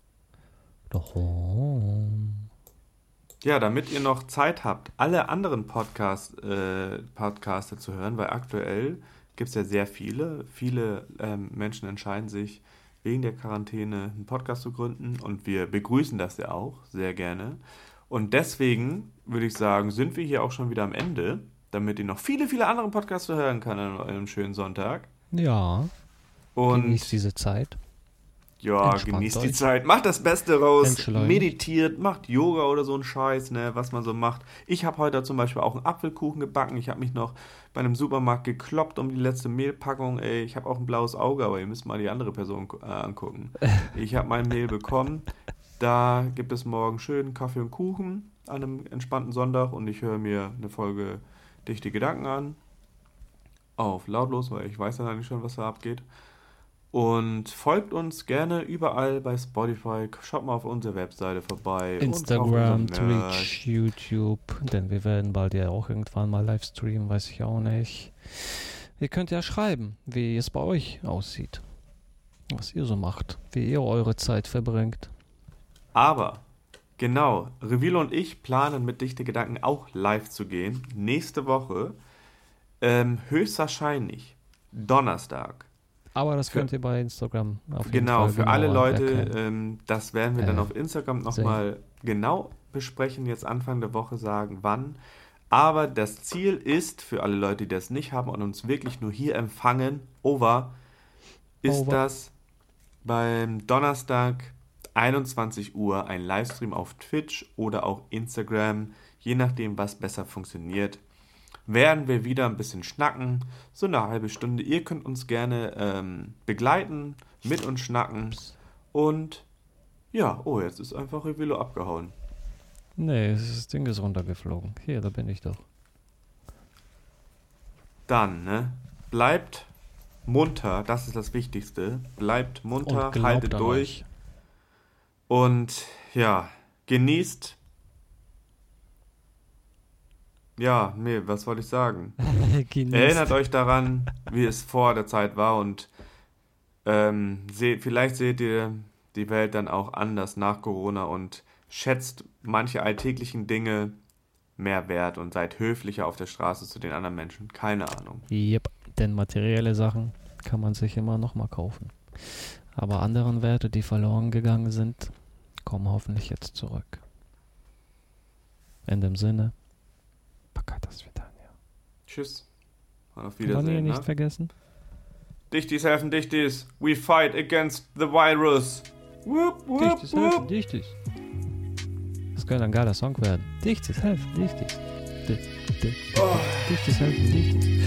Ja, damit ihr noch Zeit habt, alle anderen Podcaster zu hören, weil aktuell gibt es ja sehr viele. Viele Menschen entscheiden sich, wegen der Quarantäne einen Podcast zu gründen und wir begrüßen das ja auch sehr gerne. Und deswegen würde ich sagen, sind wir hier auch schon wieder am Ende, damit ihr noch viele, viele andere Podcasts hören kann an einem schönen Sonntag. Ja, und genießt diese Zeit. Ja, genießt die Zeit, macht das Beste raus, meditiert, macht Yoga oder so ein Scheiß, ne, was man so macht. Ich habe heute zum Beispiel auch einen Apfelkuchen gebacken. Ich habe mich noch bei einem Supermarkt gekloppt um die letzte Mehlpackung. Ey, ich habe auch ein blaues Auge, aber ihr müsst mal die andere Person angucken. Ich habe mein Mehl bekommen. Da gibt es morgen schön Kaffee und Kuchen an einem entspannten Sonntag und ich höre mir eine Folge Dichte Gedanken an. Auf lautlos, weil ich weiß ja eigentlich schon, was da abgeht. Und folgt uns gerne überall bei Spotify. Schaut mal auf unsere Webseite vorbei. Instagram, Twitch, YouTube. Denn wir werden bald ja auch irgendwann mal Livestreamen, weiß ich auch nicht. Ihr könnt ja schreiben, wie es bei euch aussieht. Was ihr so macht. Wie ihr eure Zeit verbringt. Aber, genau, Revilo und ich planen mit Dichte Gedanken auch live zu gehen. Nächste Woche. Höchstwahrscheinlich Donnerstag. Aber das könnt ihr bei Instagram auf jeden Fall für alle Leute, das werden wir dann auf Instagram nochmal genau besprechen, jetzt Anfang der Woche sagen, wann. Aber das Ziel ist, für alle Leute, die das nicht haben und uns wirklich nur hier empfangen, das beim Donnerstag 21 Uhr ein Livestream auf Twitch oder auch Instagram, je nachdem, was besser funktioniert. Werden wir wieder ein bisschen schnacken, so eine halbe Stunde. Ihr könnt uns gerne begleiten, mit uns schnacken und ja, jetzt ist einfach Revilo abgehauen. Nee, das Ding ist runtergeflogen. Hier, da bin ich doch. Dann, ne, bleibt munter, das ist das Wichtigste. Bleibt munter, haltet durch und ja, genießt. Ja, nee, was wollte ich sagen? Erinnert euch daran, wie es vor der Zeit war und vielleicht seht ihr die Welt dann auch anders nach Corona und schätzt manche alltäglichen Dinge mehr wert und seid höflicher auf der Straße zu den anderen Menschen. Keine Ahnung. Yep, denn materielle Sachen kann man sich immer noch mal kaufen. Aber anderen Werte, die verloren gegangen sind, kommen hoffentlich jetzt zurück. In dem Sinne, Пока, до свидания. Tschüss. Und auf Wiedersehen. Wollen wir nicht ne? vergessen? Dichtis helfen Dichtis. We fight against the virus. Whoop, whoop, Dichtis helfen, Dichtis. Das könnte ein geiler Song werden. Dichtis helfen, Dichtis. Dichtis helfen, Dichtis.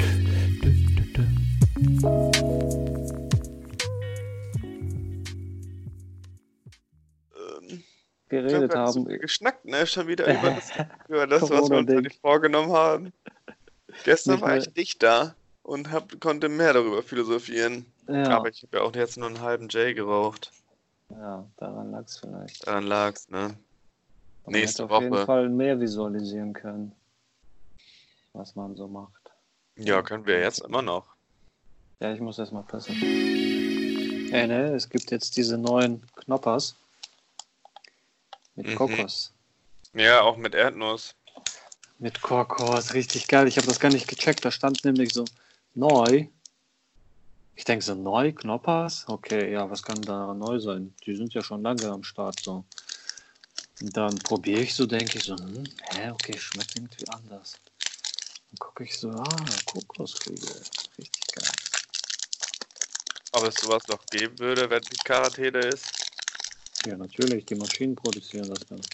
Geredet Wir haben. so viel geschnackt, ne? Schon wieder über das was wir uns heute vorgenommen haben. Gestern war ich nicht da und konnte mehr darüber philosophieren. Ja. Aber ich habe ja auch jetzt nur einen halben J geraucht. Ja, daran lag es vielleicht. Daran lag's, ne? Man Nächste hätte auf jeden Woche. Fall mehr visualisieren können, was man so macht. Ja, können wir jetzt immer noch. Ja, ich muss erstmal passen. Ne, es gibt jetzt diese neuen Knoppers mit Kokos. Ja, auch mit Erdnuss. Mit Kokos, richtig geil. Ich habe das gar nicht gecheckt. Da stand nämlich so neu. Ich denke so, neu Knoppers? Okay, ja, was kann da neu sein? Die sind ja schon lange am Start so. Und dann probiere ich so, denke ich so, okay, schmeckt irgendwie anders. Dann gucke ich so, Kokosriegel. Richtig geil. Ob es sowas noch geben würde, wenn die Quarantäne ist? Ja, natürlich, die Maschinen produzieren das dann.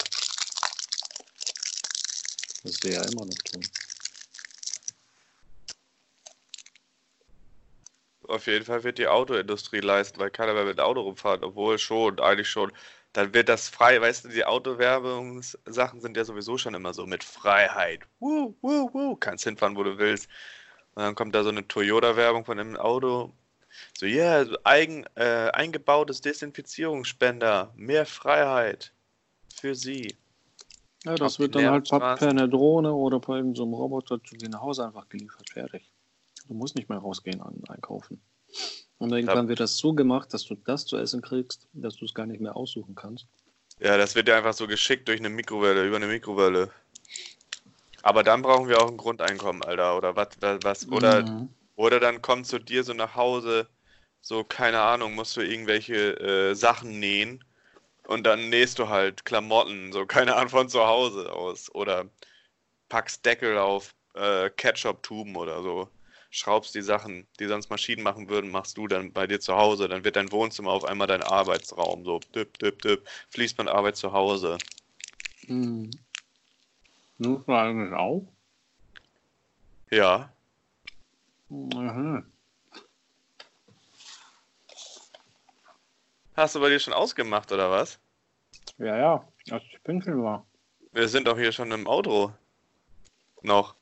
Das sie ja immer noch tun. Auf jeden Fall wird die Autoindustrie leisten, weil keiner mehr mit dem Auto rumfährt, obwohl schon, eigentlich schon. Dann wird das frei, weißt du, die Autowerbungssachen sind ja sowieso schon immer so mit Freiheit. Kannst hinfahren, wo du willst. Und dann kommt da so eine Toyota-Werbung von einem Auto. So, ja, so eingebautes Desinfizierungsspender, mehr Freiheit für Sie. Ja, das wird dann halt per einer Drohne oder per irgendeinem Roboter zu dir nach Hause einfach geliefert. Fertig. Du musst nicht mehr rausgehen einkaufen. Und irgendwann wird das so gemacht, dass du das zu essen kriegst, dass du es gar nicht mehr aussuchen kannst. Ja, das wird ja einfach so geschickt durch eine Mikrowelle, über eine Mikrowelle. Aber dann brauchen wir auch ein Grundeinkommen, Alter, oder was, oder dann kommt zu dir so nach Hause, so, keine Ahnung, musst du irgendwelche Sachen nähen und dann nähst du halt Klamotten, so, keine Ahnung, von zu Hause aus. Oder packst Deckel auf Ketchup-Tuben oder so. Schraubst die Sachen, die sonst Maschinen machen würden, machst du dann bei dir zu Hause. Dann wird dein Wohnzimmer auf einmal dein Arbeitsraum. So, fließt man Arbeit zu Hause. Du eigentlich auch? Ja. Mhm. Hast du bei dir schon ausgemacht, oder was? Ja, als ich pinkeln war. Wir sind doch hier schon im Outro. Noch.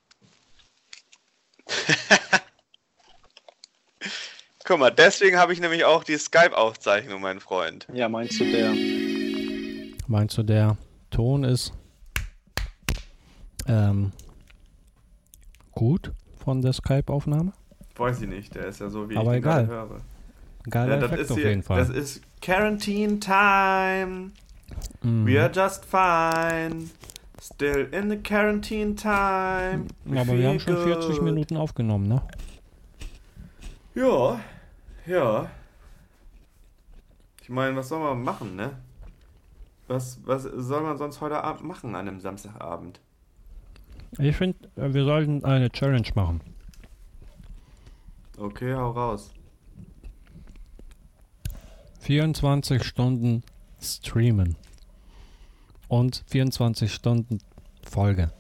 Guck mal, deswegen habe ich nämlich auch die Skype-Aufzeichnung, mein Freund. Ja, meinst du, der Ton ist gut von der Skype-Aufnahme? Weiß ich nicht, der ist ja so, wie aber ich den egal. gerade höre. Geiler Ja, Effekt auf jeden Fall. Das ist Quarantine Time. We are just fine. Still in the quarantine time. Aber wir haben schon 40 Minuten aufgenommen, ne? Ja. Ich meine, was soll man machen, ne? Was soll man sonst heute Abend machen an einem Samstagabend? Ich finde, wir sollten eine Challenge machen. Okay, hau raus. 24 Stunden streamen. Und 24 Stunden Folge.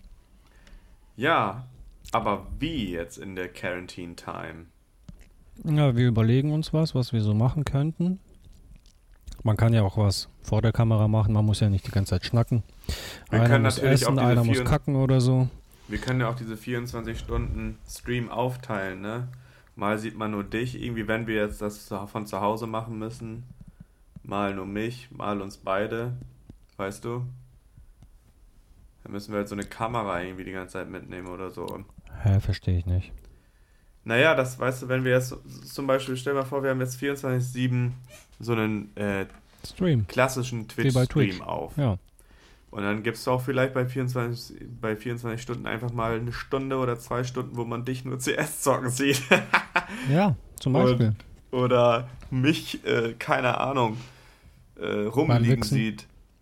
Ja, aber wie jetzt in der Quarantine Time? Ja, wir überlegen uns was wir so machen könnten. Man kann ja auch was vor der Kamera machen, man muss ja nicht die ganze Zeit schnacken. Einer muss essen, einer muss kacken oder so. Wir können ja auch diese 24 Stunden Stream aufteilen, ne? Mal sieht man nur dich, irgendwie, wenn wir jetzt das von zu Hause machen müssen. Mal nur mich, mal uns beide. Weißt du? Dann müssen wir halt so eine Kamera irgendwie die ganze Zeit mitnehmen oder so. Hä, verstehe ich nicht. Naja, das weißt du, wenn wir jetzt zum Beispiel, stell dir mal vor, wir haben jetzt 24/7 so einen Stream. Klassischen Twitch-Stream auf. Ja. Und dann gibt es auch vielleicht bei 24 Stunden einfach mal eine Stunde oder 2 Stunden, wo man dich nur CS zocken sieht. Ja, zum Beispiel. oder mich, keine Ahnung, rumliegen sieht.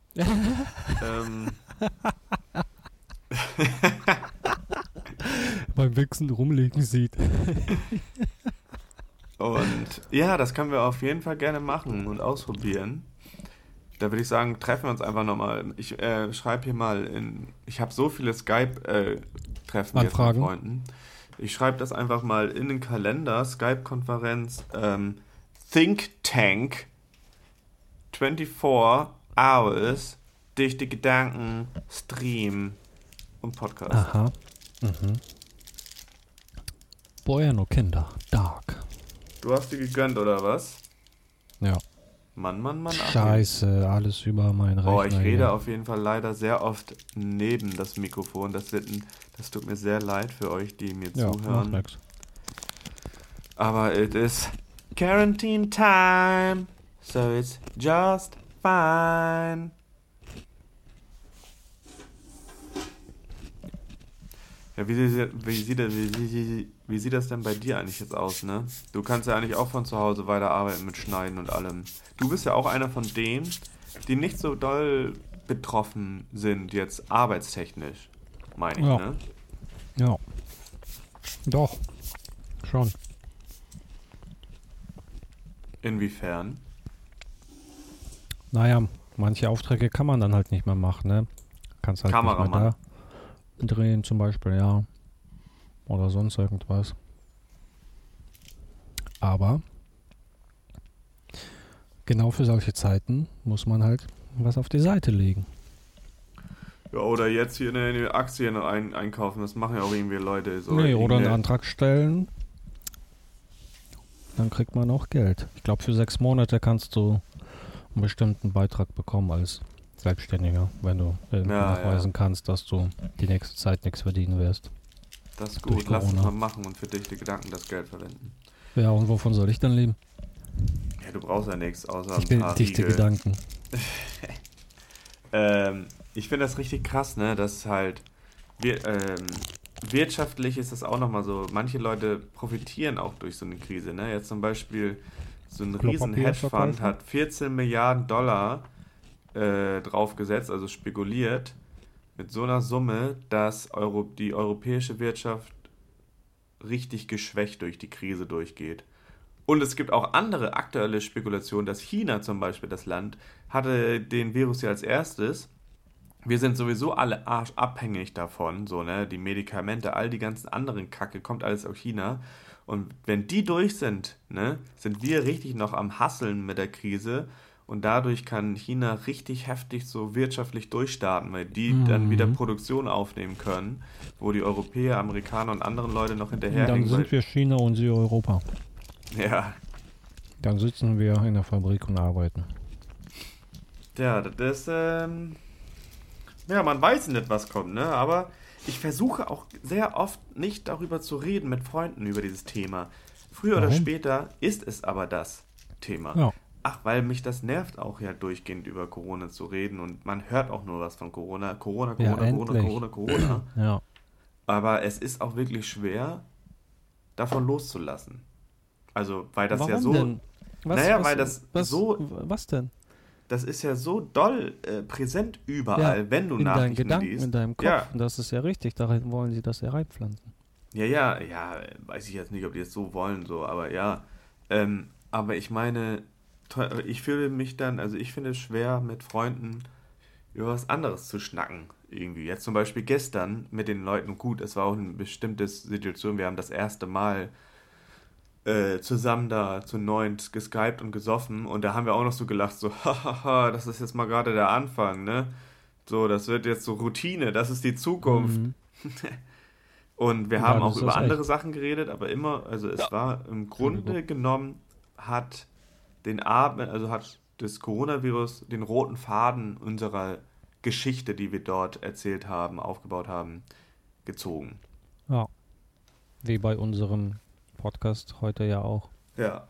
Beim Wichsen rumliegen sieht. Und ja, das können wir auf jeden Fall gerne machen und ausprobieren. Da würde ich sagen, treffen wir uns einfach nochmal. Ich schreibe hier mal ich habe so viele Skype-Treffen jetzt mit Freunden. Ich schreibe das einfach mal in den Kalender, Skype-Konferenz, Think Tank, 24 Hours, dichte Gedanken, Stream und Podcast. Aha. Bueno, Kinder, Dark. Du hast die gegönnt, oder was? Ja. Mann. Scheiße, alles über meinen Rechner. Oh, ich rede auf jeden Fall leider sehr oft neben das Mikrofon. Das tut mir sehr leid für euch, die mir zuhören. Macht nix. Aber it is quarantine time, so it's just fine. Ja, wie sieht das denn bei dir eigentlich jetzt aus, ne? Du kannst ja eigentlich auch von zu Hause weiterarbeiten mit Schneiden und allem. Du bist ja auch einer von denen, die nicht so doll betroffen sind, jetzt arbeitstechnisch, meine ich, ne? Ja. Doch. Schon. Inwiefern? Naja, manche Aufträge kann man dann halt nicht mehr machen, ne? Kannst halt Kameramann. nicht mehr da drehen zum Beispiel, ja. Oder sonst irgendwas. Aber genau für solche Zeiten muss man halt was auf die Seite legen. Ja, oder jetzt hier in die Aktien einkaufen, das machen ja auch irgendwie Leute. So Nee, oder einen Antrag stellen, dann kriegt man auch Geld. Ich glaube, für 6 Monate kannst du einen bestimmten Beitrag bekommen als Selbstständiger, wenn du nachweisen kannst, dass du die nächste Zeit nichts verdienen wirst. Das ist gut, lass uns mal machen und für dichte Gedanken das Geld verwenden. Ja, und wovon soll ich dann leben? Ja, du brauchst ja nichts außer ich bin dichte Gedanken. Ich finde das richtig krass, ne, dass halt wirtschaftlich ist das auch nochmal so, manche Leute profitieren auch durch so eine Krise, ne, jetzt zum Beispiel so ein riesen Hedgefonds hat 14 Milliarden Dollar draufgesetzt, also spekuliert mit so einer Summe, dass die europäische Wirtschaft richtig geschwächt durch die Krise durchgeht. Und es gibt auch andere aktuelle Spekulationen, dass China zum Beispiel, das Land, hatte den Virus ja als erstes. Wir sind sowieso alle arschabhängig davon, so, ne, die Medikamente, all die ganzen anderen Kacke, kommt alles aus China. Und wenn die durch sind, ne, sind wir richtig noch am Hasseln mit der Krise. Und dadurch kann China richtig heftig so wirtschaftlich durchstarten, weil die dann wieder Produktion aufnehmen können, wo die Europäer, Amerikaner und anderen Leute noch hinterherhängen. Dann sind wir China und sie Europa. Ja. Dann sitzen wir in der Fabrik und arbeiten. Ja, das ist, ja, man weiß nicht, was kommt, ne, aber ich versuche auch sehr oft nicht darüber zu reden mit Freunden über dieses Thema. Früher oder später ist es aber das Thema. Ja. Ach, weil mich das nervt auch ja durchgehend über Corona zu reden und man hört auch nur was von Corona. Corona. Ja. Aber es ist auch wirklich schwer, davon loszulassen. Also, weil das ja so... Denn? Was denn? Das ist ja so doll präsent überall, wenn du Nachrichten liest. In deinem Kopf, ja. Und das ist ja richtig, darin wollen sie das ja reinpflanzen. Ja, weiß ich jetzt nicht, ob die es so wollen, so, aber ja. Aber ich meine... Ich fühle mich dann, also ich finde es schwer, mit Freunden über was anderes zu schnacken, irgendwie. Jetzt zum Beispiel gestern mit den Leuten, gut, es war auch eine bestimmte Situation, wir haben das erste Mal zusammen da zu 9 geskypt und gesoffen und da haben wir auch noch so gelacht, so, hahaha, das ist jetzt mal gerade der Anfang, ne? So, das wird jetzt so Routine, das ist die Zukunft. Und wir haben auch über andere Sachen geredet, aber immer, also es war im Grunde genommen, hat das Coronavirus den roten Faden unserer Geschichte, die wir dort erzählt haben, aufgebaut haben, gezogen. Ja. Wie bei unserem Podcast heute ja auch. Ja.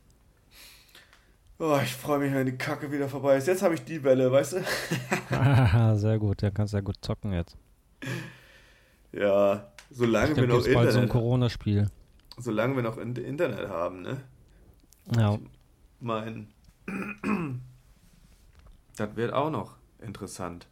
Oh, ich freue mich, wenn die Kacke wieder vorbei ist. Jetzt habe ich die Welle, weißt du? Sehr gut, ja, kannst ja gut zocken jetzt. Ja, solange wir noch Internet, so ein Corona-Spiel. Solange wir noch Internet haben, ne? Ja. Ich meine, das wird auch noch interessant.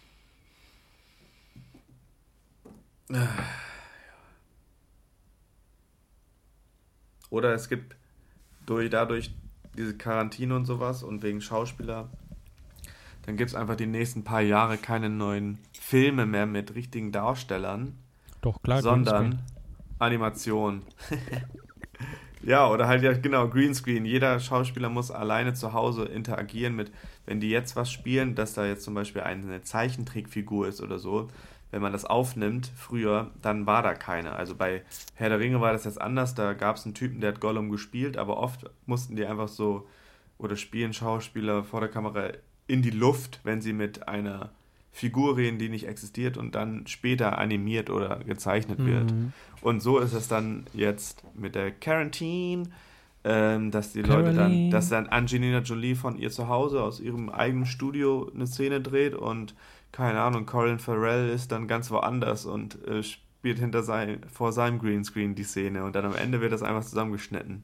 Oder es gibt dadurch diese Quarantäne und sowas und wegen Schauspieler, dann gibt es einfach die nächsten paar Jahre keine neuen Filme mehr mit richtigen Darstellern. Doch, klar, sondern Animation. Ja, oder halt ja genau, Greenscreen. Jeder Schauspieler muss alleine zu Hause interagieren mit, wenn die jetzt was spielen, dass da jetzt zum Beispiel eine Zeichentrickfigur ist oder so. Wenn man das aufnimmt, früher, dann war da keine. Also bei Herr der Ringe war das jetzt anders, da gab es einen Typen, der hat Gollum gespielt, aber oft mussten die einfach so, oder spielen Schauspieler vor der Kamera in die Luft, wenn sie mit einer Figur reden, die nicht existiert und dann später animiert oder gezeichnet wird. Und so ist es dann jetzt mit der Quarantine, dass die Leute dann, dass dann Angelina Jolie von ihr zu Hause aus ihrem eigenen Studio eine Szene dreht und keine Ahnung, Colin Farrell ist dann ganz woanders und spielt vor seinem Greenscreen die Szene und dann am Ende wird das einfach zusammengeschnitten.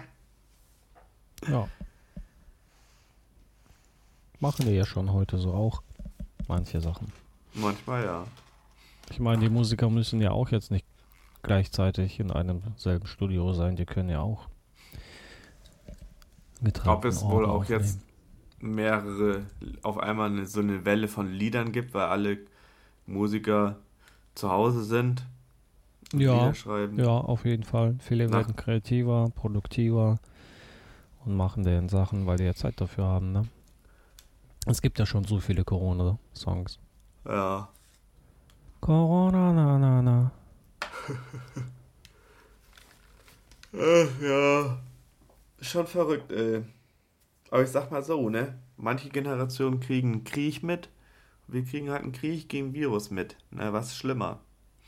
Ja. Machen die ja schon heute so auch. Manche Sachen. Manchmal ja. Ich meine, die Musiker müssen ja auch jetzt nicht gleichzeitig in einem selben Studio sein. Die können ja auch Ob es wohl auch jetzt mehrere, auf einmal so eine Welle von Liedern gibt, weil alle Musiker zu Hause sind. Ja, ja, auf jeden Fall. Viele werden kreativer, produktiver und machen deren Sachen, weil die ja Zeit dafür haben, ne? Es gibt ja schon so viele Corona-Songs. Ja. Corona, na, na, na. Ja. Schon verrückt, ey. Aber ich sag mal so, ne? Manche Generationen kriegen einen Krieg mit. Wir kriegen halt einen Krieg gegen Virus mit. Na, was ist schlimmer?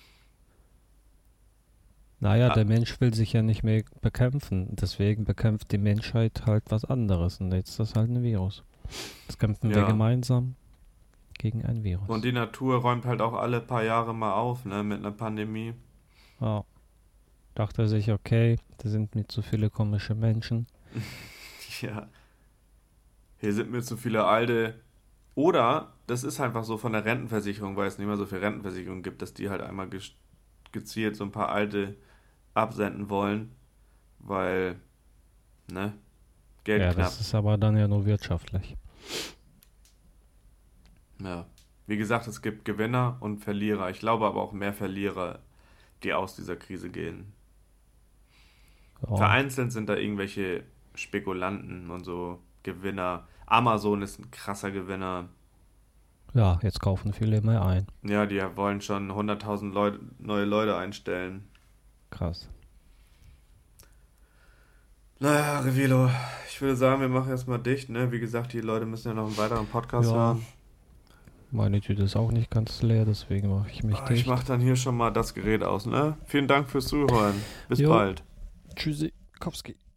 Naja, der Mensch will sich ja nicht mehr bekämpfen. Deswegen bekämpft die Menschheit halt was anderes. Und jetzt ist das halt ein Virus. Das kämpfen wir gemeinsam gegen ein Virus. Und die Natur räumt halt auch alle paar Jahre mal auf, ne, mit einer Pandemie. Ja. Dachte sich, okay, da sind mir zu viele komische Menschen. Ja. Hier sind mir zu viele alte. Oder das ist einfach so von der Rentenversicherung, weil es nicht mehr so viel Rentenversicherung gibt, dass die halt einmal gezielt so ein paar alte absenden wollen, weil, ne, Geld knapp. Ja, das ist aber dann ja nur wirtschaftlich. Ja, wie gesagt, es gibt Gewinner und Verlierer. Ich glaube aber auch mehr Verlierer, die aus dieser Krise gehen. Oh. Vereinzelt sind da irgendwelche Spekulanten und so Gewinner. Amazon ist ein krasser Gewinner. Ja, jetzt kaufen viele mehr ein. Ja, die wollen schon 100.000 neue Leute einstellen. Krass. Naja, Revilo, ich würde sagen, wir machen erstmal dicht, ne? Wie gesagt, die Leute müssen ja noch einen weiteren Podcast hören. Meine Tüte ist auch nicht ganz leer, deswegen mache ich mich dicht. Ich mache dann hier schon mal das Gerät aus, ne? Vielen Dank fürs Zuhören. Bis bald. Tschüssikowski.